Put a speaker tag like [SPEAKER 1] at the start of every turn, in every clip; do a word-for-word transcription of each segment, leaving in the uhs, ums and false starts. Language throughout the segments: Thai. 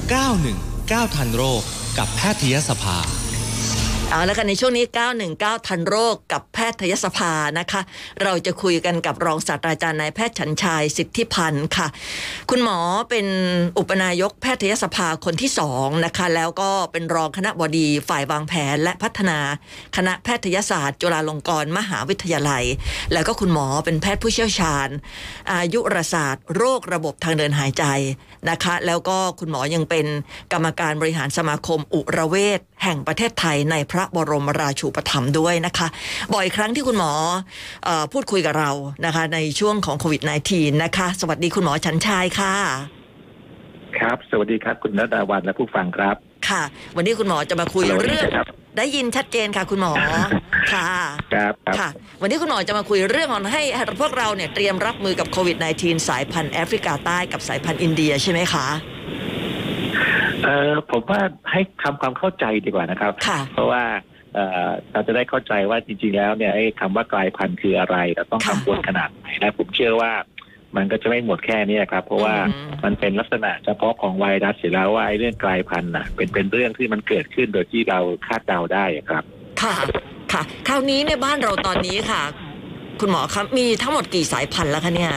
[SPEAKER 1] เก้าหนึ่งเก้าทันโรคกับแพทยสภา
[SPEAKER 2] เอาแล้วกันในช่วงนี้เก้าหนึ่งเก้าทันโรคกับแพทยสภานะคะเราจะคุยกันกับรองศาสตราจารย์นายแพทย์ฉันชัยสิทธิพันธ์ค่ะคุณหมอเป็นอุปนายกแพทยสภาคนที่สองนะคะแล้วก็เป็นรองคณบดีฝ่ายวางแผนและพัฒนาคณะแพทยศาสตร์จุฬาลงกรณ์มหาวิทยาลัยแล้วก็คุณหมอเป็นแพทย์ผู้เชี่ยวชาญอายุรศาสตร์โรคระบบทางเดินหายใจนะคะแล้วก็คุณหมอยังเป็นกรรมการบริหารสมาคมอุระเวชแห่งประเทศไทยในพระบรมราชูปถัมภ์ด้วยนะคะบ่อยครั้งที่คุณหมอเอ่อพูดคุยกับเรานะคะในช่วงของโควิด สิบเก้า นะคะสวัสดีคุณหมอฉันชัยค่ะ
[SPEAKER 3] ครับสวัสดีครับคุณณดาวันและผู้ฟังครับ
[SPEAKER 2] ค่ะวันนี้คุณหมอจะมาคุยเรื่องได้ยินชัดเจนค่ะคุณหมอค่ะ
[SPEAKER 3] ครับ
[SPEAKER 2] ค่ะวันนี้คุณหมอจะมาคุยเรื่องของให้พวกเราเนี่ยเตรียมรับมือกับโควิด สิบเก้า สายพันธุ์แอฟริกาใต้กับสายพันธุ์อินเดียใช่ไหมคะ
[SPEAKER 3] เอ่อผมว่าให้ทำความเข้าใจดีกว่านะครับเพราะว่าเอ่อเราจะได้เข้าใจว่าจริงๆแล้วเนี่ยไอ้คำว่ากลายพันธุ์คืออะไรเราต้องกังวลขนาดไหนนะผมเชื่อว่ามันก็จะไม่หมดแค่นี้ครับเพราะว่ามันเป็นลักษณะเฉพาะของไวรัสเสียแล้วว่าไอ้เรื่องกลายพันธุ์น่ะเป็นเป็นเรื่องที่มันเกิดขึ้นโดยที่เราคาดเดาได้ครับ
[SPEAKER 2] ค่ะค่ะคราวนี้ในบ้านเราตอนนี้ค่ะคุณหมอครับมีทั้งหมดกี่สายพันธุ์แล้วคะเนี่ย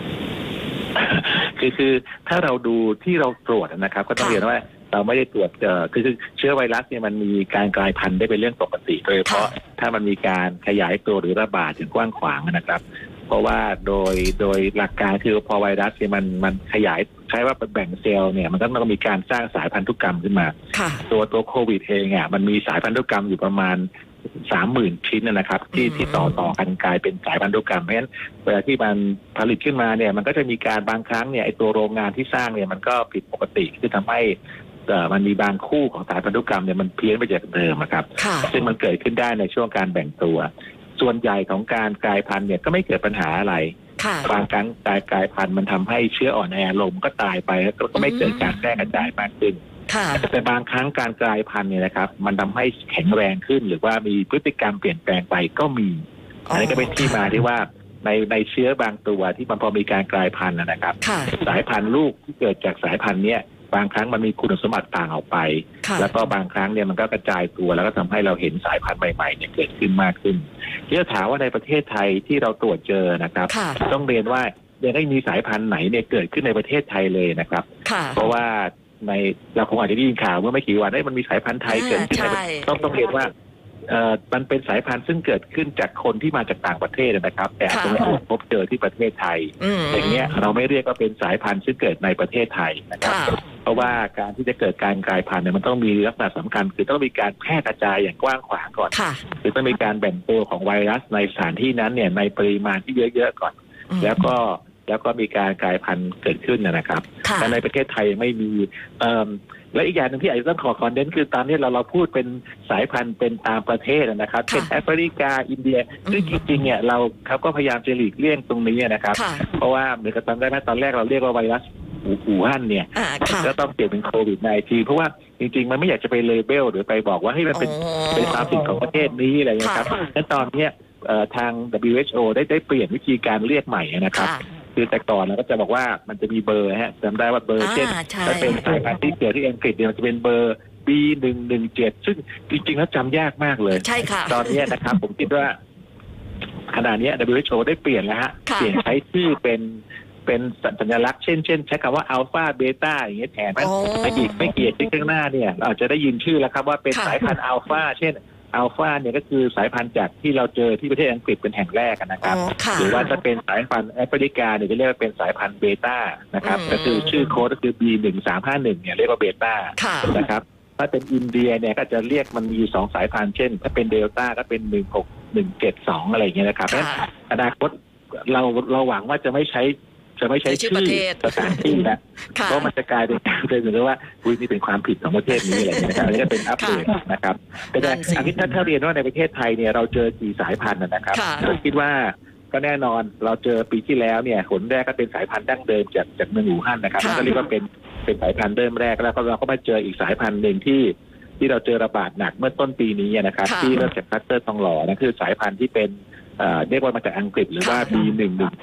[SPEAKER 3] คือคือถ้าเราดูที่เราตรวจนะครับก็ต้องเรียนว่าเราไม่ได้ตรวจเอ่อคือเชื้อไวรัสเนี่ยมันมีการกลายพันธุ์ได้เป็นเรื่องปกติโดยเฉพาะถ้ามันมีการขยายตัวหรือระบาดอย่างกว้างขวางนะครับเพราะว่าโดยโดยหลักการคือพอไวรัสเนี่ยมันมันขยายใช้ว่าเป็นแบ่งเซลล์เนี่ยมันก็ต้องมีการสร้างสายพันธุกรรมขึ้นมาตัวตัวโควิดเองอ่ะมันมีสายพันธุกรรมอยู่ประมาณสามหมื่นชิ้นนะครับที่ที่ต่อต่อกันกลายเป็นสายพันธุกรรมเพราะฉะนั้นเวลาที่มันผลิตขึ้นมาเนี่ยมันก็จะมีการบางครั้งเนี่ยไอตัวโรงงานที่สร้างเนี่ยมันก็ผิดปกติที่ทำให้มันมีบางคู่ของสายพันธุกรรมเนี่ยมันเพี้ยนไปจากเดิมครับซึ่งมันเกิดขึ้นได้ในช่วงการแบ่งตัวส่วนใหญ่ของการกลายพันธุ์เนี่ยก็ไม่เกิดปัญหาอะไรบางครั้งการกลายพันธุ์มันทำให้เชื้ออ่อนแอลงก็ตายไปแล้วก็ไม่เกิดการแพร่กระจายมากขึ้นแต่บางครั้งการกลายพันธุ์เนี่ยนะครับมันทำให้แข็งแรงขึ้นหรือว่ามีพฤติกรรมเปลี่ยนแปลงไปก็มีอันนี้ก็เป็นที่มาที่ว่าในในเชื้อบางตัวที่มันพอมีการกลายพันธุ์นะครับสายพันธุ์ลูกที่เกิดจากสายพันธุ์เนี้ยบางครั้งมันมีคุณสมบัติต่างออกไปแล้วก็บางครั้งเนี่ยมันก็กระจายตัวแล้วก็ทำให้เราเห็นสายพันธุ์ใหม่ๆเนี่ยเกิดขึ้นมากขึ้นที่จะถามว่าในประเทศไทยที่เราตรวจเจอนะครับต้องเรียนว่ายังไม่มีสายพันธุ์ไหนเนี่ยเกิดขึ้นในประเทศไทยเลยนะครับเพราะว่าในเราคงอาจจะได้ยินข่าวเมื่อไม่กี่วันได้มันมีสายพันธุ์ไทยเกิดขึ้นต้องต้องเรียนว่าเอ่อมันเป็นสายพันธุ์ซึ่งเกิดขึ้นจากคนที่มาจากต่างประเทศนะครับแต่อาจจะไม่พบเจอที่ประเทศไทยอย่างเงี้ยเราไม่เรียกว่าเป็นสายพันธุ์ซึ่งเกิดในประเทศไทยนะครับเพราะว่าการที่จะเกิดการกลายพันธุ์เนี่ยมันต้องมีลักษณะสำคัญคือต้องมีการแพร่กระจายอย่างกว้างขวางก่อนคือต้องมีการแบ่งตัวของไวรัสในสถานที่นั้นเนี่ยในปริมาณที่เยอะๆก่อนแล้วก็แล้วก็มีการกลายพันธุ์เกิดขึ้นนะครับแต่ในประเทศไทยไม่มีและอีกอย่างหนึ่งที่อาจจะต้องขอคอนเดนต์คือตอนนี้เราเราพูดเป็นสายพันธุ์เป็นตามประเทศนะครับเช่นแอฟริกาอินเดียซึ่งจริงๆเนี่ยเราเขาก็พยายามจะหลีกเลี่ยงตรงนี้นะครับเพราะว่าเหมือนกับตอนแรกตอนแรกเราเรียกว่าไวรัสอู่ฮั่นเนี่ยก็ต้องเปลี่ยนเป็นโควิด สิบเก้า เพราะว่าจริงๆมันไม่อยากจะไปเลเบลหรือไปบอกว่าให้มันเป็นเป็นความผิดของประเทศนี้อะไรนะครับงั้นตอนนี้ทาง ดับเบิลยู เอช โอ ได้ได้เปลี่ยนวิธีการเรียกใหม่นะครับคือแต่ก่อนเราก็จะบอกว่ามันจะมีเบอร์ฮะจำได้ว่าเบอร์เช่นถ้าเป็นสายพันธุ์ที่เกิดที่อังกฤษเนี่ยมันจะเป็นเบอร์ บี หนึ่ง หนึ่ง เจ็ด ซึ่งจริงๆแล้วจำยากมากเลย
[SPEAKER 2] ใช่ค่ะ
[SPEAKER 3] ตอนนี้นะครับผมคิดว่าขณะนี้ ดับเบิลยู เอช โอ ได้เปลี่ยนแล้วฮะเปลี่ยนใช้ชื่อเป็นเป็นสัญลักษณ์เช่นเช่นใช้คำว่าอัลฟาเบต้าอย่างเงี้ยแทนไม่กี่ไม่กี่ที่ข้างหน้าเนี่ยเราจะได้ยินชื่อแล้วครับว่าเป็นสายพันธุ์อัลฟาเช่นอัลฟาเนี่ยก็คือสายพันธุ์จากที่เราเจอที่ประเทศอังกฤษเป็นแห่งแรกนะครับหรือว่าจะเป็นสายพันธุ์แอฟริกาเนี่ยจะเรียกว่าเป็นสายพันธุ์เบต้านะครับก็คือชื่อโค้ดก็คือ บี หนึ่ง สาม ห้า หนึ่ง เนี่ยเรียกว่าเบต้านะครับถ้าเป็นอินเดียเนี่ยก็จะเรียกมันมีสองสายพันธุ์เช่นถ้าเป็นเดลต้าก็เป็นหนึ่งหกหนึ่งเจ็ดสองอะไรอย่างเงี้ยนะครับอนาคตเราเราหวังว่าจะไม่ใช้จะไม่ใช้ชื่อสถานที่นะเพราะมันจะกลายเป็นการเป็นเหมือนว่าอุ้ยนี่เป็นความผิดของประเทศนี้อะไรอย่างเงี้ยนะครับอันนี้ก็เป็นอัปเดตนะครับแต่อันนี้ถ้าถ้าเรียนว่าในประเทศไทยเนี่ยเราเจอกี่สายพันธุ์นะครับผมคิดว่าก็แน่นอนเราเจอปีที่แล้วเนี่ยผลแรกก็เป็นสายพันธุ์ดั้งเดิมจากจากเมืองอู่ฮั่นนะครับก็เรียกว่าเป็นเป็นสายพันธุ์เริ่มแรกแล้วก็เราก็มาเจออีกสายพันธุ์หนึ่งที่ที่เราเจอระบาดหนักเมื่อต้นปีนี้นะครับที่เริ่มจากคลัสเตอร์ทองหล่อนั่นคือสายพันธุ์ที่เป็นเรียกว่ามาจากอังกฤษหรือว่า บี หนึ่ง หนึ่ง เจ็ด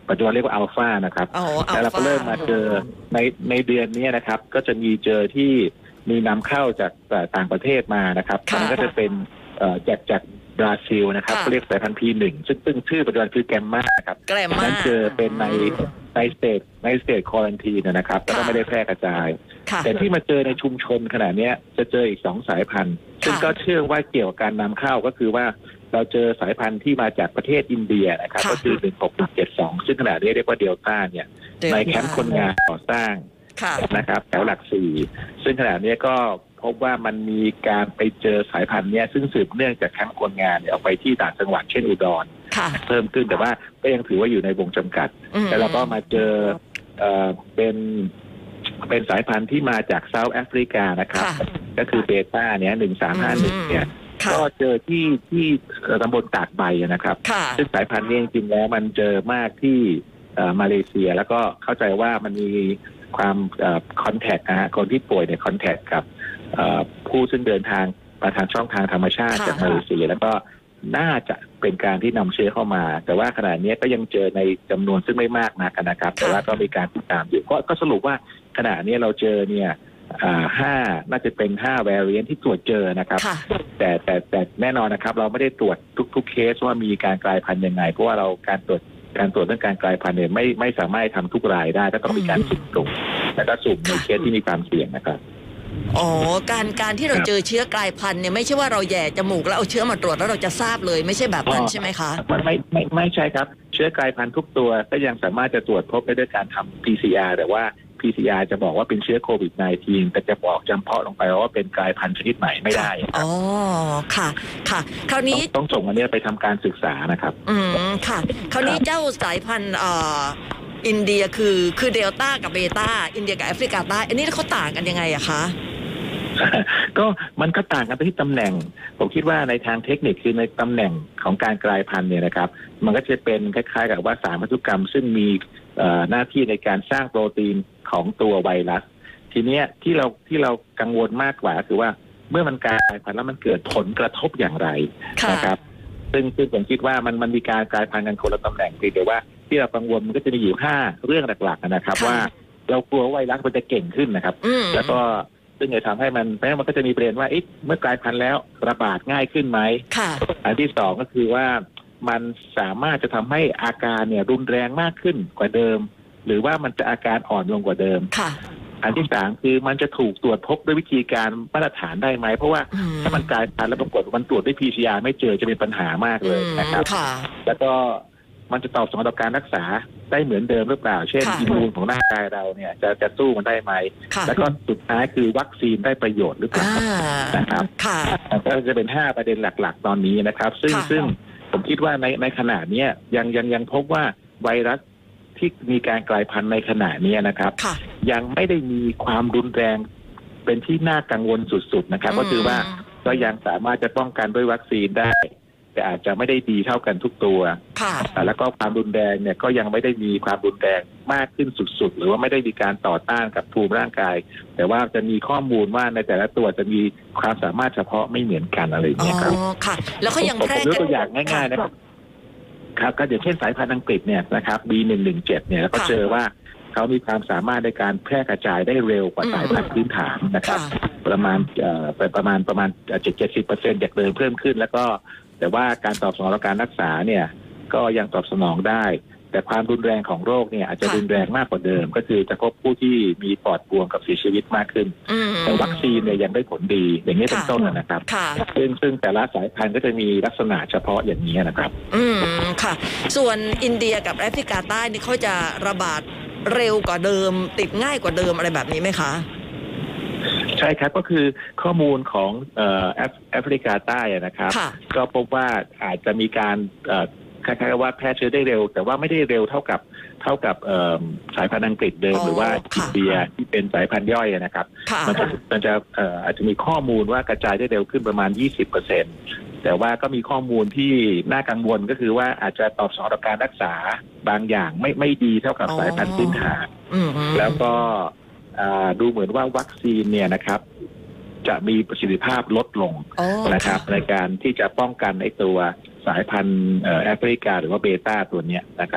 [SPEAKER 3] ปัจจุบันเรียกว่าอัลฟานะครับ
[SPEAKER 2] อ๋อ
[SPEAKER 3] แล้วเราก็
[SPEAKER 2] Alpha
[SPEAKER 3] เริ่มมาเจอในในเดือนนี้นะครับก็จะมีเจอที่มีนำเข้าจากต่างประเทศมานะครับมันก็จะเป็นจากจากบราซิลนะครับเขาเรียกสายพันธุ์ พี หนึ่ง ซึ่งซึ่งชื่อปัจจุบันคือแกมมาครับแกมมานั้นเจอเป็นในในสเตทในสเตทควอรันทีนนะครับแล้วก็ไม่ได้แพร่กระจายแต่ที่มาเจอในชุมชนขนาดนี้จะเจออีกสองสายพันธุ์ซึ่งก็เชื่อว่าเกี่ยวกับการนำเข้าก็คือว่าเราเจอสายพันธุ์ที่มาจากประเทศอินเดียนะครับก็คือหนึ่งหกเจ็ดสองซึ่งขณะนี้เรียกว่าเดลต้าเนี่ยในแคมป์คนงานก่อสร้างนะครับแถวหลักสี่ซึ่งขณะนี้ก็พบว่ามันมีการไปเจอสายพันธุ์เนี้ยซึ่งสืบเนื่องจากแคมป์คนงานเนี่ยออกไปที่ต่างจังหวัดเช่นอุดรเพิ่มขึ้นแต่ว่าก็ยังถือว่าอยู่ในวงจำกัดแล้วเราก็มาเจอเอ่อเป็นเป็นสายพันธุ์ที่มาจากเซาท์แอฟริกานะครับก็คือเบต้าเนี่ยหนึ่งสามห้าหนึ่งเนี่ยก็เจอที่ที่ตำบลตากใบนะครับซึ่งสายพันธุ์นี้จริงๆแล้วมันเจอมากที่มาเลเซียแล้วก็เข้าใจว่ามันมีความคอนแทคนะฮะคนที่ป่วยเนี่ยคอนแทคกับผู้ซึ่งเดินทางมาทางช่องทางธรรมชาติจากมาเลเซียแล้วก็น่าจะเป็นการที่นำเชื้อเข้ามาแต่ว่าขณะนี้ก็ยังเจอในจำนวนซึ่งไม่มากนักนะครับแต่ว่าก็มีการติดตามอยู่ก็สรุปว่าขณะนี้เราเจอเนี่ยห้าน่าจะเป็นห้า variant ที่ตรวจเจอนะครับแต่แต่แต่แน่นอนนะครับเราไม่ได้ตรวจทุกๆเคสว่ามีการกลายพันธุ์ยังไงเพราะว่าเราการตรวจการตรวจเรื่องการกลายพันธุ์เนี่ยไม่ไม่สามารถทำทุกรายได้ก็ต้องมีการสุ่มตรงและก็สุ่มในเคสที่มีความเสี่ยงนะครับ
[SPEAKER 2] อ๋อการการที่เราเจอเชื้อกลายพันธุ์เนี่ยไม่ใช่ว่าเราแย่จมูกแล้วเอาเชื้อมาตรวจแล้วเราจะทราบเลยไม่ใช่แบบนั้นใช่ไหมคะ
[SPEAKER 3] มันไม่ไม่ไม่ใช่ครับเชื้อกลายพันธุ์ทุกตัวก็ยังสามารถจะตรวจพบได้ด้วยการทำ พี ซี อาร์ แต่ว่า พี ซี อาร์ จะบอกว่าเป็นเชื้อโควิด สิบเก้า แต่จะบอกจำเพาะลงไปว่าเป็นกลายพันธุ์ชนิดไหนไม่ได้
[SPEAKER 2] อ๋อค่ะค่ะคราวนี้
[SPEAKER 3] ต้องส่งอันนี้ไปทำการศึกษานะครับ
[SPEAKER 2] อืมค่ะคราวนี้เจ้าสายพันธุ์เอ่ออินเดียคือคือเดลต้ากับเบต้าอินเดียกับแอฟริกาใต้อันนี้เขาต่างกันยังไงอะคะ
[SPEAKER 3] ก็มันก็ต่างกันไปที่ตำแหน่งผมคิดว่าในทางเทคนิคคือในตำแหน่งของการกลายพันธุ์เนี่ยนะครับมันก็จะเป็นคล้ายๆกับว่าสารพันธุกรรมซึ่งมีหน้าที่ในการสร้างโปรตีนของตัวไวรัสทีนี้ที่เราที่เรากังวลมากกว่าคือว่าเมื่อมันกลายพันธุ์แล้วมันเกิดผลกระทบอย่างไรนะครับซึ่งซึ่งผมคิดว่ามันมันมีการกลายพันธุ์กันคนละตำแหน่งแต่ว่าที่เรากังวลมันก็จะมีอยู่ห้าเรื่องหลักๆนะครับว่าเรากลัวไวรัสมันจะเก่งขึ้นนะครับแล้วก็ซึ่งจะทำให้มันแม้มันก็จะมีประเด็นว่าเมื่อกลายพันธุ์แล้วระบาดง่ายขึ้นไหมอันที่สองก็คือว่ามันสามารถจะทำให้อาการเนี่ยรุนแรงมากขึ้นกว่าเดิมหรือว่ามันจะอาการอ่อนลงกว่าเดิมอันที่สามคือมันจะถูกตรวจพบด้วยวิธีการมาตรฐานได้ไหมเพราะว่าถ้ามันกลายพันธุ์แล้วปรากฏมันตรวจด้วย พี ซี อาร์ ไม่เจอจะเป็นปัญหามากเลยนะครับแล้วก็มันจะตอบสนองต่อการรักษาได้เหมือนเดิมหรือเปล่าเช่นอิมมูนของร่างกายเราเนี่ยจะจะสู้มันได้ไหมแล้วก็สุดท้ายคือวัคซีนได้ประโยชน์หรือเปล่านะครับก็จะเป็นห้าประเด็นหลักๆตอนนี้นะครับซึ่งซึ่งผมคิดว่าในในขณะนี้ยังยังยังพบว่าไวรัสที่มีการกลายพันธุ์ในขณะนี้นะครับยังไม่ได้มีความรุนแรงเป็นที่น่ากังวลสุดๆนะครับก็คือว่าก็ยังสามารถจะป้องกันด้วยวัคซีนได้แต่อาจจะไม่ได้ดีเท่ากันทุกตัวแล้วก็ความรุนแรงเนี่ยก็ยังไม่ได้มีความรุนแรงมากขึ้นสุดๆหรือว่าไม่ได้มีการต่อต้านกับภูมิร่างกายแต่ว่าจะมีข้อมูลว่าในแต่ละตัวจะมีความสามารถเฉพาะไม่เหมือนกันอะไรอย่างเงี้ยครับ
[SPEAKER 2] อ๋อค่ะแล้วก็ยังแพร่
[SPEAKER 3] กันตัวอย่างง่ายๆนะครับครับก็อย่างเช่นสายพันธุ์อังกฤษเนี่ยนะครับ บี หนึ่งหนึ่งเจ็ด เนี่ยแล้วก็เจอว่าเขามีความสามารถในการแพร่กระจายได้เร็วกว่าสายพันธุ์พื้นฐานนะครับประมาณเอ่อประมาณประมาณเจ็ด เจ็ดสิบเปอร์เซ็นต์จากเดิมเพิ่มขึ้นแล้วก็แต่ว่าการตอบสนองและการรักษาเนี่ยก็ยังตอบสนองได้แต่ความรุนแรงของโรคเนี่ยอาจจะรุนแรงมากกว่าเดิมก็คือจะพบผู้ที่มีปอดบวมกับเสียชีวิตมากขึ้นแต่วัคซีนเนี่ยยังได้ผลดีอย่างนี้เป็นต้นนะครับซึ่งซึ่งแต่ละสายพันธุ์ก็จะมีลักษณะเฉพาะอย่างนี้นะครับ
[SPEAKER 2] อืมค่ะส่วนอินเดียกับแอฟริกาใต้นี่เขาจะระบาดเร็วกว่าเดิมติดง่ายกว่าเดิมอะไรแบบนี้ไหมคะ
[SPEAKER 3] ใช่ครับก็คือข้อมูลของเอ่อแอฟริกาใต้นะครับก็พบว่าอาจจะมีการเอ่อคล้ายๆว่าแพร่เชื้อได้เร็วแต่ว่าไม่ได้เร็วเท่ากับเท่ากับสายพันธุ์อังกฤษเดิมหรือว่าอินเดียที่เป็นสายพันธุ์ย่อยนะครับมันจะมันจะอาจจะมีข้อมูลว่ากระจายได้เร็วขึ้นประมาณ ยี่สิบเปอร์เซ็นต์ แต่ว่าก็มีข้อมูลที่น่ากังวลก็คือว่าอาจจะตอบสนองต่อการรักษาบางอย่างไม่ไม่ดีเท่ากับสายพันธุ์พื้นฐานแล้วก็ดูเหมือนว่าวัคซีนเนี่ยนะครับจะมีประสิทธิภาพลดลงนะครับในการที่จะป้องกันไอ้ตัวสายพันธุ์แอฟริกาหรือว่าเบต้าตัวนี้นะครับ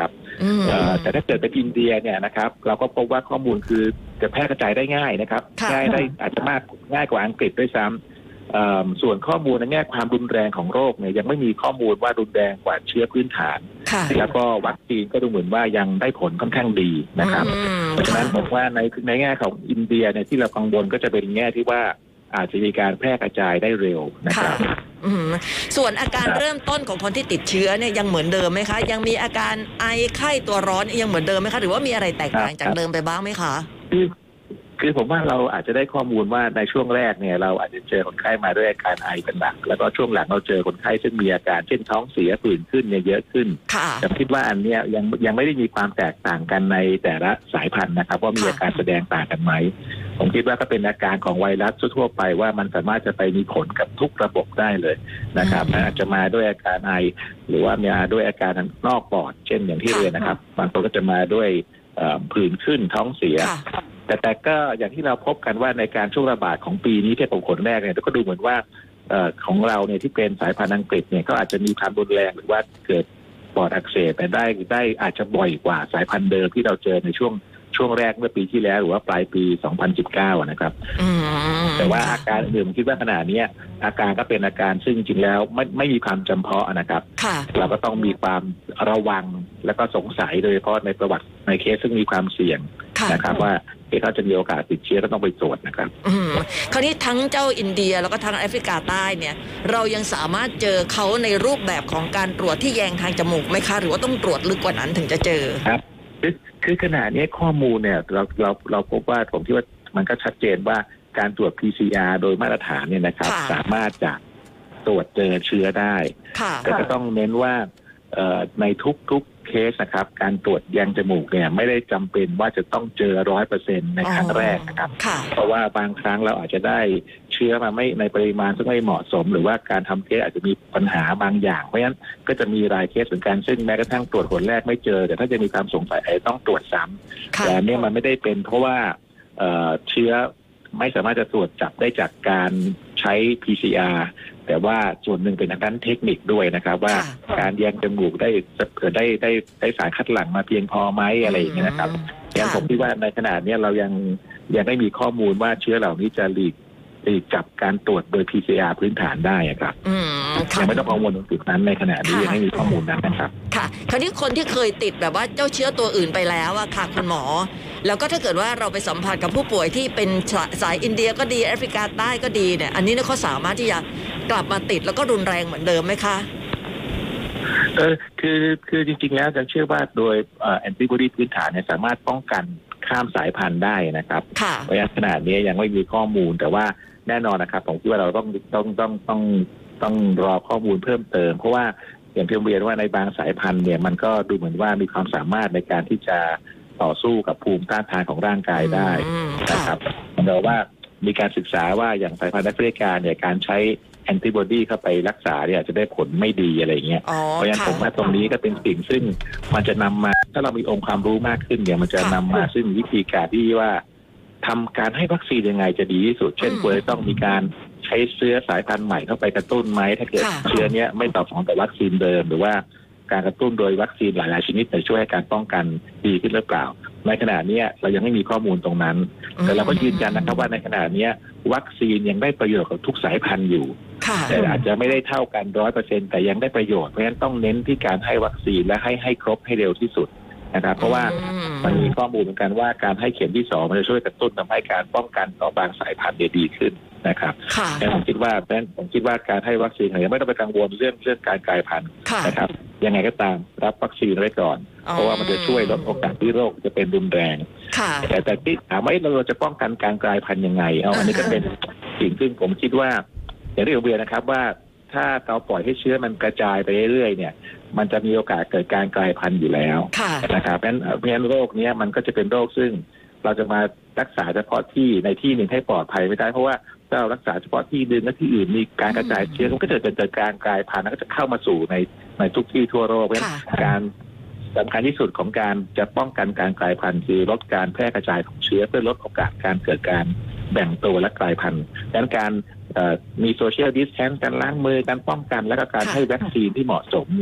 [SPEAKER 3] แต่ถ้าเกิดเป็นอินเดียเนี่ยนะครับเราก็พบว่าข้อมูลคือจะแพร่กระจายได้ง่ายนะครับง่ายได้อาจจะมากง่ายกว่าอังกฤษด้วยซ้ำส่วนข้อมูลในแง่ความรุนแรงของโรคเนี่ยยังไม่มีข้อมูลว่ารุนแรงกว่าเชื้อพื้นฐานแล้วก็วัคซีนก็ดูเหมือนว่ายังได้ผลค่อนข้างดีนะครับเพราะฉะนั้นผมว่าในในแง่ของอินเดียเนี่ยที่เรากังวลก็จะเป็นแง่ที่ว่าอาจจะมีการแพร่กระจายได้เร็วนะครับ
[SPEAKER 2] ส่วนอาการเริ่มต้นของคนที่ติดเชื้อเนี่ยยังเหมือนเดิมไหมคะยังมีอาการไอไข้ตัวร้อนยังเหมือนเดิมไหมคะหรือว่ามีอะไรแตกต่างจากเดิมไปบ้างไหมคะ
[SPEAKER 3] คือคือผมว่าเราอาจจะได้ข้อมูลว่าในช่วงแรกเนี่ยเราอาจจะเจอคนไข้มาด้วยอาการไอเป็นหลักแล้วก็ช่วงหลังเราเจอคนไข้ซึ่งมีอาการเช่นท้องเสียผื่นขึ้นเนี่ยเยอะขึ้นแต่คิดว่าอันเนี้ยยังยังไม่ได้มีความแตกต่างกันในแต่ละสายพันธุ์นะครับว่ามีอาการแสดงต่างกันไหมผมคิดว่าก็เป็นอาการของไวรัสทั่วไปว่ามันสามารถจะไปมีผลกับทุกระบบได้เลยนะครับอาจจะมาด้วยอาการไอหรือว่ามีด้วยอาการนอกปอดเช่นอย่างที่เรียนนะครับบางคนก็จะมาด้วยผื่นขึ้นท้องเสียแต่แต่ก็อย่างที่เราพบกันว่าในการช่วงระบาดของปีนี้ที่ผมขนแรกเนี่ยก็ดูเหมือนว่าของเราเนี่ยที่เป็นสายพันธุ์อังกฤษเนี่ยก็อาจจะมีความรุนแรงหรือว่าเกิดปอดอักเสบไปได้ได้อาจจะบ่อยกว่าสายพันธุ์เดิมที่เราเจอในช่วงช่วงแรกเมื่อปีที่แล้วหรือว่าปลายปีสองพันสิบเก้านะครับแต่ว่าอาการอื่นผมคิดว่าขณะนี้อาการก็เป็นอาการซึ่งจริงๆแล้วไม่ไม่มีความจำเพาะนะครับเราก็ต้องมีความระวังแล้วก็สงสัยโดยเฉพาะในประวัติในเคสซึ่งมีความเสี่ยงนะครับว่าเขาจะมีโอกาสติดเชื้อก็ต้องไปตรวจนะครับ
[SPEAKER 2] อืมคราวนี้ทั้งเจ้าอินเดียแล้วก็ทั้งแอฟริกาใต้เนี่ยเรายังสามารถเจอเขาในรูปแบบของการตรวจที่แยงทางจมูกไหมคะหรือว่าต้องตรวจลึกกว่านั้นถึงจะเจอ
[SPEAKER 3] ครับคือคือขณะนี้ข้อมูลเนี่ยเราเราเราพบว่าผมคิดว่ามันก็ชัดเจนว่าการตรวจ พี ซี อาร์ โดยมาตรฐานเนี่ยนะครับสามารถจะตรวจเจอเชื้อได้แต่ก็ต้องเน้นว่าในทุกๆเคสนะครับการตรวจแยงจมูกเนี่ยไม่ได้จำเป็นว่าจะต้องเจอร้อยเปอร์เซ็นต์ในครั้งแรกนะครับเพราะว่าบางครั้งเราอาจจะได้เชื้อมาไม่ในปริมาณซึ่งไม่เหมาะสมหรือว่าการทำเคสอาจจะมีปัญหาบางอย่างเพราะฉะนั้นก็จะมีรายเคสเหมือนกันซึ่งแม้กระทั่งตรวจผลแรกไม่เจอแต่ถ้าจะมีความสงสัยอาจจะต้องตรวจซ้ำแต่เนี่ยมันไม่ได้เป็นเพราะว่าเชื้อไม่สามารถจะตรวจจับได้จากการใช้ พี ซี อาร์ แต่ว่าส่วนหนึ่งเป็นทางด้านเทคนิคด้วยนะครับว่าการแยงจมูกได้ได้ได้ได้สารคัดหลั่งมาเพียงพอไหมอะไรอย่างเงี้ยนะครับอย่างผมคิดว่าในขณะนี้เรายังยังไม่มีข้อมูลว่าเชื้อเหล่านี้จะหลีกหลีกจับการตรวจโดย พี ซี อาร์ พื้นฐานได้ครับยังไม่ต้องกังวลตรงจุดนั้นในขณะนี้ยังไม่มีข้อมูลนั้นนะครับ
[SPEAKER 2] ค่ะคราวนี้คนที่เคยติดแบบว่าเจ้าเชื้อตัวอื่นไปแล้วอะค่ะคุณหมอแล้วก็ถ้าเกิดว่าเราไปสัมผัสกับผู้ป่วยที่เป็นสายอินเดียก็ดีแอฟริกาใต้ก็ดีเนี่ยอันนี้เขาสามารถที่จะกลับมาติดแล้วก็รุนแรงเหมือนเดิมไหมคะ
[SPEAKER 3] เออคือคือจริงๆแล้วจะเชื่อว่าโดยแอนติบอดีพื้นฐานเนี่ยสามารถป้องกันข้ามสายพันธุ์ได้นะครับเพราะฉะนั้นขนาดนี้ยังไม่มีข้อมูลแต่ว่าแน่นอนนะครับผมคิดว่าเราต้องต้องต้องต้องต้องรอข้อมูลเพิ่มเติมเพราะว่าอย่างที่เรียนว่าในบางสายพันธุ์เนี่ยมันก็ดูเหมือนว่ามีความสามารถในการที่จะต่อสู้กับภูมิต้านทานของร่างกายได้นะครับแต่ว่ามีการศึกษาว่าอย่างสายพันธุ์แอฟริกาเนี่ยการใช้แอนติบอดีเข้าไปรักษาเนี่ยจะได้ผลไม่ดีอะไรเงี้ยเพราะฉะนั้นผมว่าตรงนี้ก็เป็นสิ่งซึ่งมันจะนำมาถ้าเรามีองค์ความรู้มากขึ้นเนี่ยมันจะนำมาซึ่งวิธีการที่ว่าทำการให้วัคซีนยังไงจะดีที่สุดเช่นควรจะต้องมีการใช้เชื้อสายพันธุ์ใหม่เข้าไปกระตุ้นไหมถ้าเกิดเชื้อเนี้ยไม่ตอบสนองต่อวัคซีนเดิมหรือว่าการกระตุ้นโดยวัคซีนหลายๆชนิดจะช่วยให้การป้องกันดีขึ้นหรือเปล่าในขณะนี้เรายังไม่มีข้อมูลตรงนั้นแต่เราก็ยืนยันนะครับว่าในขณะนี้วัคซีนยังได้ประโยชน์กับทุกสายพันธุ์อยู่แต่อาจจะไม่ได้เท่ากันร้อยเปอร์เซ็นต์แต่ยังได้ประโยชน์เพราะฉะนั้นต้องเน้นที่การให้วัคซีนและให้ให้ครบให้เร็วที่สุดนะครับเพราะว่ามันมีข้อมูลเหมือนกันว่าการให้เข็มที่สองมันจะช่วยกระตุ้นทำให้การป้องกันต่อบางสายพันธุ์ดีขึ้นนะครับแต่ผมคิดว่าผมคิดว่าการให้วัคซีนยังไม่ต้องไปกังวลเรื่องเรื่องการกลายพันธุ์นะครับยังไงก็ตามรับวัคซีนไว้ก่อนเพราะว่ามันจะช่วยลดโอกาสที่โรคจะเป็นรุนแรงแต่แต่ที่ถามว่าเราจะป้องกันการกลายพันธุ์ยังไงเอาอันนี้ก็เป็นสิ่งซึ่งผมคิดว่าอย่างที่ผมเรียนนะครับว่าถ้าเราปล่อยให้เชื้อมันกระจายไปเรื่อยๆเนี่ยมันจะมีโอกาสเกิดการกลายพันธุ์อยู่แล้วนะครับเพราะฉะนั้นเพราะฉะนั้นโรคนี้มันก็จะเป็นโรคซึ่งเราจะมารักษาเฉพาะที่ในที่หนึ่งให้ปลอดภัยไม่ได้เพราะว่าถ้าเรารักษาเฉพาะที่หนึ่งและที่อื่นมีการกระจายเชื้อมันก็จะเกิดการกลายพันธุ์แล้วก็จะเข้ามาสู่ในในทุกที่ทั่วโลกเพราะฉะนั้นการสำคัญที่สุดของการจะป้องกันการกลายพันธุ์คือลดการแพร่กระจายของเชื้อเพื่อลดโอกาสการเกิดการแบ่งตัวและกลายพันธุ์ดังนั้นการมีโซเชียลดิสแทนซ์การล้างมือการป้องกันและก็การให้วัคซีนที่เหมาะสมเนี่ย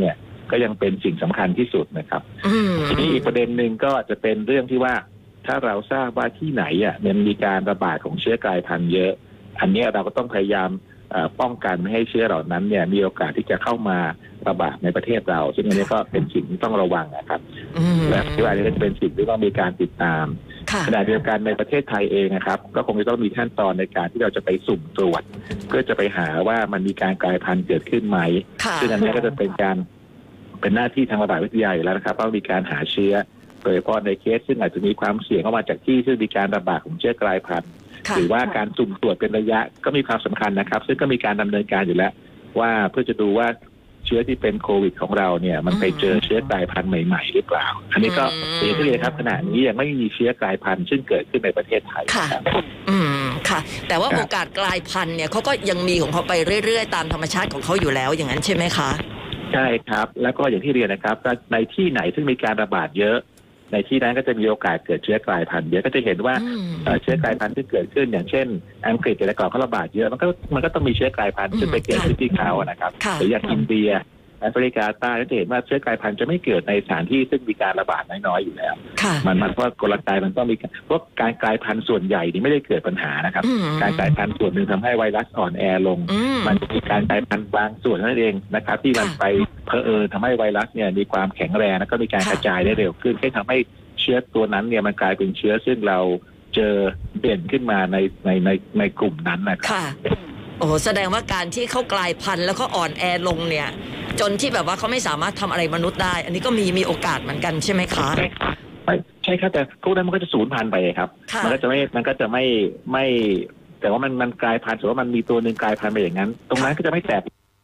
[SPEAKER 3] ก็ยังเป็นสิ่งสำคัญที่สุดนะครับทีนี้อีกประเด็นหนึ่งก็จะเป็นเรื่องที่ว่าถ้าเราทราบว่าที่ไหนอ่ะมันมีการระบาดของเชื้อกลายพันธุ์เยอะอันนี้เราก็ต้องพยายามป้องกันไม่ให้เชื้อเหล่านั้นเนี่ยมีโอกาสที่จะเข้ามาระบาดในประเทศเราซึ่งอันนี้ก็เป็นสิ่งที่ต้องระวังนะครับและที่ว่านี้ก็จะเป็นสิ่งที่ต้องมีการติดตามขณะเดียวกันในประเทศไทยเองนะครับก็คงจะต้องมีขั้นตอนในการที่เราจะไปสุ่มตรวจเพื่อจะไปหาว่ามันมีการกลายพันธุ์เกิดขึ้นไหมซึ่งอันนี้ก็จะเป็นการเป็นหน้าที่ทางระบาดวิทยาอยู่แล้วนะครับต้องมีการหาเชื้อโดยเฉพาะในเคสซึ่งอาจจะมีความเสี่ยงเข้ามาจากที่ซึ่งมีการระบาดของเชื้อกลายพันธุ์หรือว่าการสุ่มตรวจเป็นระยะก็มีความสำคัญนะครับซึ่งก็มีการดำเนินการอยู่แล้วว่าเพื่อจะดูว่าเชื้อที่เป็นโควิดของเราเนี่ยมันไปเจอเชื้อกลายพันธุ์ใหม่ๆหรือเปล่าอันนี้ก็อย่างที่เรียนครับขณะนี้ยังไม่มีเชื้อกลายพันธุ์ซึ่งเกิดขึ้นในประเทศไทยครับ
[SPEAKER 2] อืมค่ะแต่ว่าโอกาสกลายพันธุ์เนี่ยเขาก็ยังมีของเขาไปเรื่อยๆตามธรรมชาติของเขาอยู่แล้วอย่างนั้นใช่ไหมคะ
[SPEAKER 3] ใช่ครับแล้วก็อย่างที่เรียนนะครับในที่ไหนซึ่งมีการระบาดเยอะในที่นั้นก็จะมีโอกาสเกิดเชื้อกลายพันธุ์เยอะก็จะเห็นว่าเชื้อกลายพันธุ์ที่เกิดขึ้นอย่างเช่นอังกฤษแต่ก่อนเขาระบาดเยอะมันก็มันก็ต้องมีเชื้อกลายพันธุ์ซึ่งไปเกิดขึ้นที่เขานะครับหรืออย่างอินเดียแอฟริกาใต้ก็จะเห็นว่าเชื้อกลายพันธุ์จะไม่เกิดในสถานที่ซึ่งมีการระบาดน้อยๆอยู่แล้วมันมันเพราะกลไกมันต้องมีเพราะการกลายพันธุ์ส่วนใหญ่นี่ไม่ได้เกิดปัญหานะครับการกลายพันธุ์ส่วนหนึ่งทำให้ไวรัสอ่อนแอลงมันมีการกลายพันธุ์บางส่วนนั่นเองนะครับที่มันไปเพอเออทำให้ไวรัสเนี่ยมีความแข็งแรงแล้วก็มีการกระจายได้เร็วขึ้นที่ทำให้เชื้อตัวนั้นเนี่ยมันกลายเป็นเชื้อซึ่งเราเจอเด่นขึ้นมาในในในในกลุ่มนั้นนะครับ
[SPEAKER 2] โอ้แสดงว่าการที่เขากลายพันธุ์แล้วก็อ่อนแอลงเนี่ยจนที่แบบว่าเขาไม่สามารถทำอะไรมนุษย์ได้อันนี้ก็มีมีโอกาสเหมือนกันใช่ไหมคะ
[SPEAKER 3] ใช่ครับแต่พวกนั้นมันก็จะสูญพันธุ์ไปครับมันก็จะไม่มันก็จะไม่ไม่แต่ว่ามันมันกลายพันธุ์หรือว่ามันมีตัวหนึ่งกลายพันธุ์ไปอย่างนั้นตรงนั้นก็จะไม่แตก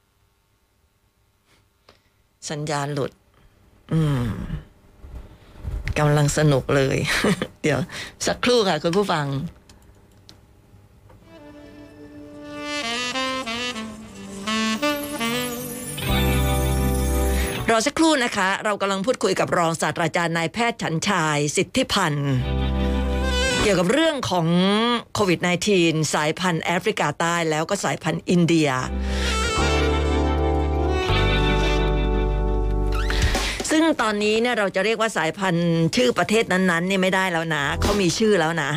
[SPEAKER 2] สัญญาณหลุดอืมกำลังสนุกเลย เดี๋ยวสักครู่ค่ะคุณผู้ฟังรอสักครู่นะคะเรากำลังพูดคุยกับรองศาสตราจารย์นายแพทย์ฉันชายสิทธิพันธ์เกี่ยวกับเรื่องของโควิด สิบเก้า สายพันธุ์แอฟริกาใต้แล้วก็สายพันธุ์อินเดียซึ่งตอนนี้เนี่ยเราจะเรียกว่าสายพันธุ์ชื่อประเทศนั้นๆเนี่ยไม่ได้แล้วนะเขามีชื่อแล้วนะ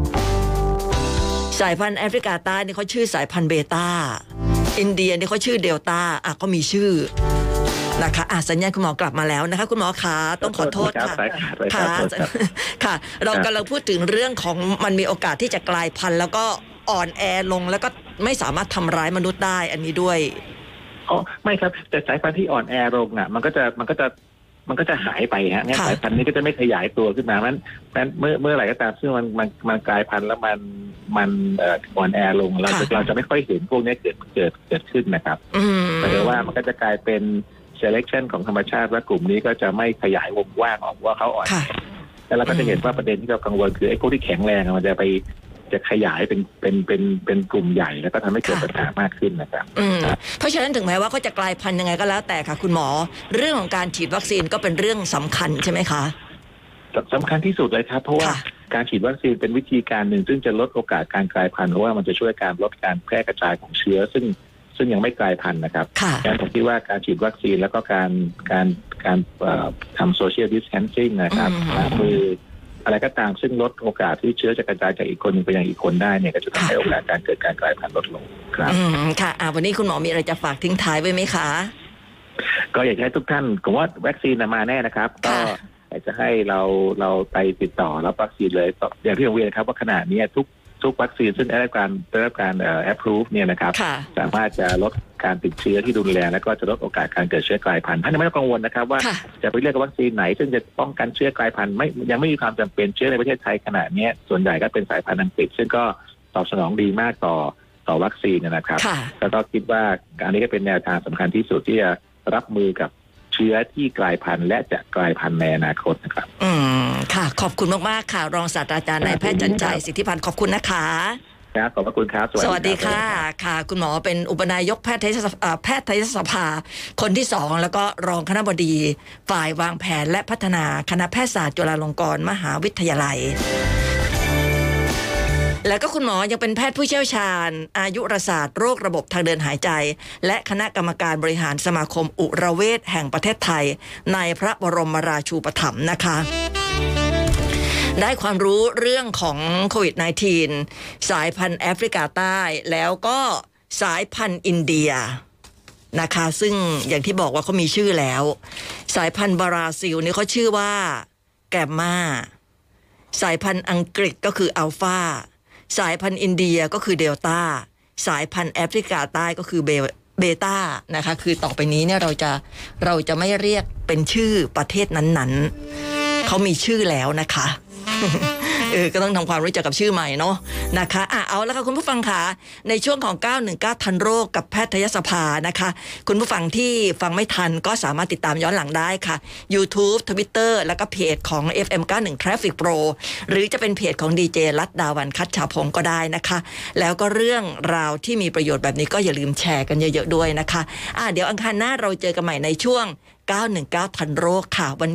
[SPEAKER 2] สายพันธุ์แอฟริกาใต้นี่เขาชื่อสายพันธุ์เบต้าอินเดียนี่เขาชื่อเดลต้าอ่ะก็มีชื่อนะคะอ่ะสัญญาณคุณหมอกลับมาแล้วนะคะคุณหมอคะต้องขอโทษค่ะค่ะค่ะเรากำลังพูดถึงเรื่องของมันมีโอกาสที่จะกลายพันธุ์แล้วก็อ่อนแอลงแล้วก็ไม่สามารถทำร้ายมนุษย์ได้อันนี้ด้วย
[SPEAKER 3] อ๋อไม่ครับแต่สายพันธุ์ที่อ่อนแอลงอ่ะมันก็จะมันก็จะมันก็จะหายไปฮะงั้นสายพันธุ์นี้ก็จะไม่ขยายตัวขึ้นมาเพราะฉะนั้นเมื่อเมื่อไหร่ก็ตามซึ่งมันมันมันกลายพันธุ์แล้วมันมันอ่อนแอลงเราเราจะไม่ค่อยเห็นพวกนี้เกิดเกิดเกิดขึ้นนะครับหมายถึงว่ามันก็จะกลายเป็น selection ของธรรมชาติว่ากลุ่มนี้ก็จะไม่ขยายวงกว้างออกว่าเขาอ่อนแล้วเราก็จะเห็นว่าประเด็นที่เรากังวลคือไอ้พวกที่แข็งแรงมันจะไปจะขยายเป็นเป็นเป็นเป็นกลุ่มใหญ่แล้วก็ทำให้เกิดปัญหามากขึ้นนะครับ
[SPEAKER 2] เพราะฉะนั้นถึงแม้ว่าเขาจะกลายพันธุ์ยังไงก็แล้วแต่ค่ะคุณหมอเรื่องของการฉีดวัคซีนก็เป็นเรื่องสำคัญใช่ไหมคะ
[SPEAKER 3] สำคัญที่สุดเลยครับเพราะว่าการฉีดวัคซีนเป็นวิธีการหนึ่งซึ่งจะลดโอกาสการกลายพันธุ์เพราะว่ามันจะช่วยการลดการแพร่กระจายของเชื้อซึ่งซึ่งยังไม่กลายพันธุ์นะครับการผมคิดว่าการฉีดวัคซีนแล้วก็การการการทำโซเชียลดิสแทนซิ่งนะครับล้างมืออะไรก็ตามซึ่งลดโอกาสที่เชื้อจะกระจายจากอีกคนนึงไปยังอีกคนได้เนี่ยก็จะทำให้โอกาสการเกิดการกลายพันธุ์ลดลงครับ
[SPEAKER 2] อืมค่ะอ่าวันนี้คุณหมอมีอะไรจะฝากทิ้งท้ายไว้ไหมคะ
[SPEAKER 3] ก็อยากให้ทุกท่านผมว่าวัคซีนมาแน่นะครับก็อยากจะให้เราเราไปติดต่อรับวัคซีนเลยอย่างที่ผมเรียนครับว่าขณะนี้ทุกทุกวัคซีนซึ่งได้รับการได้รับการเอ่อ approve เนี่ยนะครับสามารถจะลดการติดเชื้อที่รุนแรงและก็จะลดโอกาสการเกิดเชื้อกลายพันธุ์ท่านไม่ต้องกังวลนะครับว่าจะไปเลือกวัคซีนไหนซึ่งจะป้องกันเชื้อกลายพันธุ์ไม่ยังไม่มีความจำเป็นเชื้อในประเทศไทยขณะนี้ส่วนใหญ่ก็เป็นสายพันธุ์อังกฤษซึ่งก็ตอบสนองดีมากต่อต่อวัคซีนนะครับแล้วก็คิดว่าอันนี้ก็เป็นแนวทางสำคัญที่สุดที่จะรับมือกับเชื้อที่กลายพันธุ์และจะกลายพันธุ์ในอนาคตนะครับ
[SPEAKER 2] อืมค่ะขอบคุณมากๆค่ะรองศาสตราจารย์นายแพทย์จันชัยสิทธิพันธ์ขอบคุณนะคะ
[SPEAKER 3] ครับขอบคุณครับ
[SPEAKER 2] สวัสดีค่ะค่ะคุณหมอเป็นอุปนายกแพทยแพทยสภาคนที่สองแล้วก็รองคณบดีฝ่ายวางแผนและพัฒนาคณะแพทยศาสตร์จุฬาลงกรณ์มหาวิทยาลัยแล้วก็คุณหมอยังเป็นแพทย์ผู้เชี่ยวชาญอายุรศาสตร์โรคระบบทางเดินหายใจและคณะกรรมการบริหารสมาคมอุระเวชแห่งประเทศไทยในพระบรมราชูปถัมภ์นะคะได้ความรู้เรื่องของโควิด สิบเก้า สายพันธุ์แอฟริกาใต้แล้วก็สายพันธุ์อินเดียนะคะซึ่งอย่างที่บอกว่าเขามีชื่อแล้วสายพันธุ์บราซิลนี่เขาชื่อว่าแกมมาสายพันธุ์อังกฤษก็คืออัลฟาสายพันธุ์อินเดียก็คือเดลต้าสายพันธุ์แอฟริกาใต้ก็คือเบเบต้านะคะคือต่อไปนี้เนี่ยเราจะเราจะไม่เรียกเป็นชื่อประเทศนั้นๆเขามีชื่อแล้วนะคะเออก็ต้องทำความรู้จักกับชื่อใหม่เนาะนะคะอ่ะเอาแล้วค่ะคุณผู้ฟังค่ะในช่วงของเก้าหนึ่งเก้าทันโรคกับแพทยสภานะคะคุณผู้ฟังที่ฟังไม่ทันก็สามารถติดตามย้อนหลังได้ค่ะ YouTube Twitter แล้วก็เพจของ เอฟ เอ็ม เก้าสิบเอ็ด Traffic Pro หรือจะเป็นเพจของดีเจรัตดาวันคัชชาพงศ์ก็ได้นะคะแล้วก็เรื่องราวที่มีประโยชน์แบบนี้ก็อย่าลืมแชร์กันเยอะๆด้วยนะคะอ่ะเดี๋ยวอังคารหน้าเราเจอกันใหม่ในช่วงเก้าหนึ่งเก้าทันโรคค่ะวัน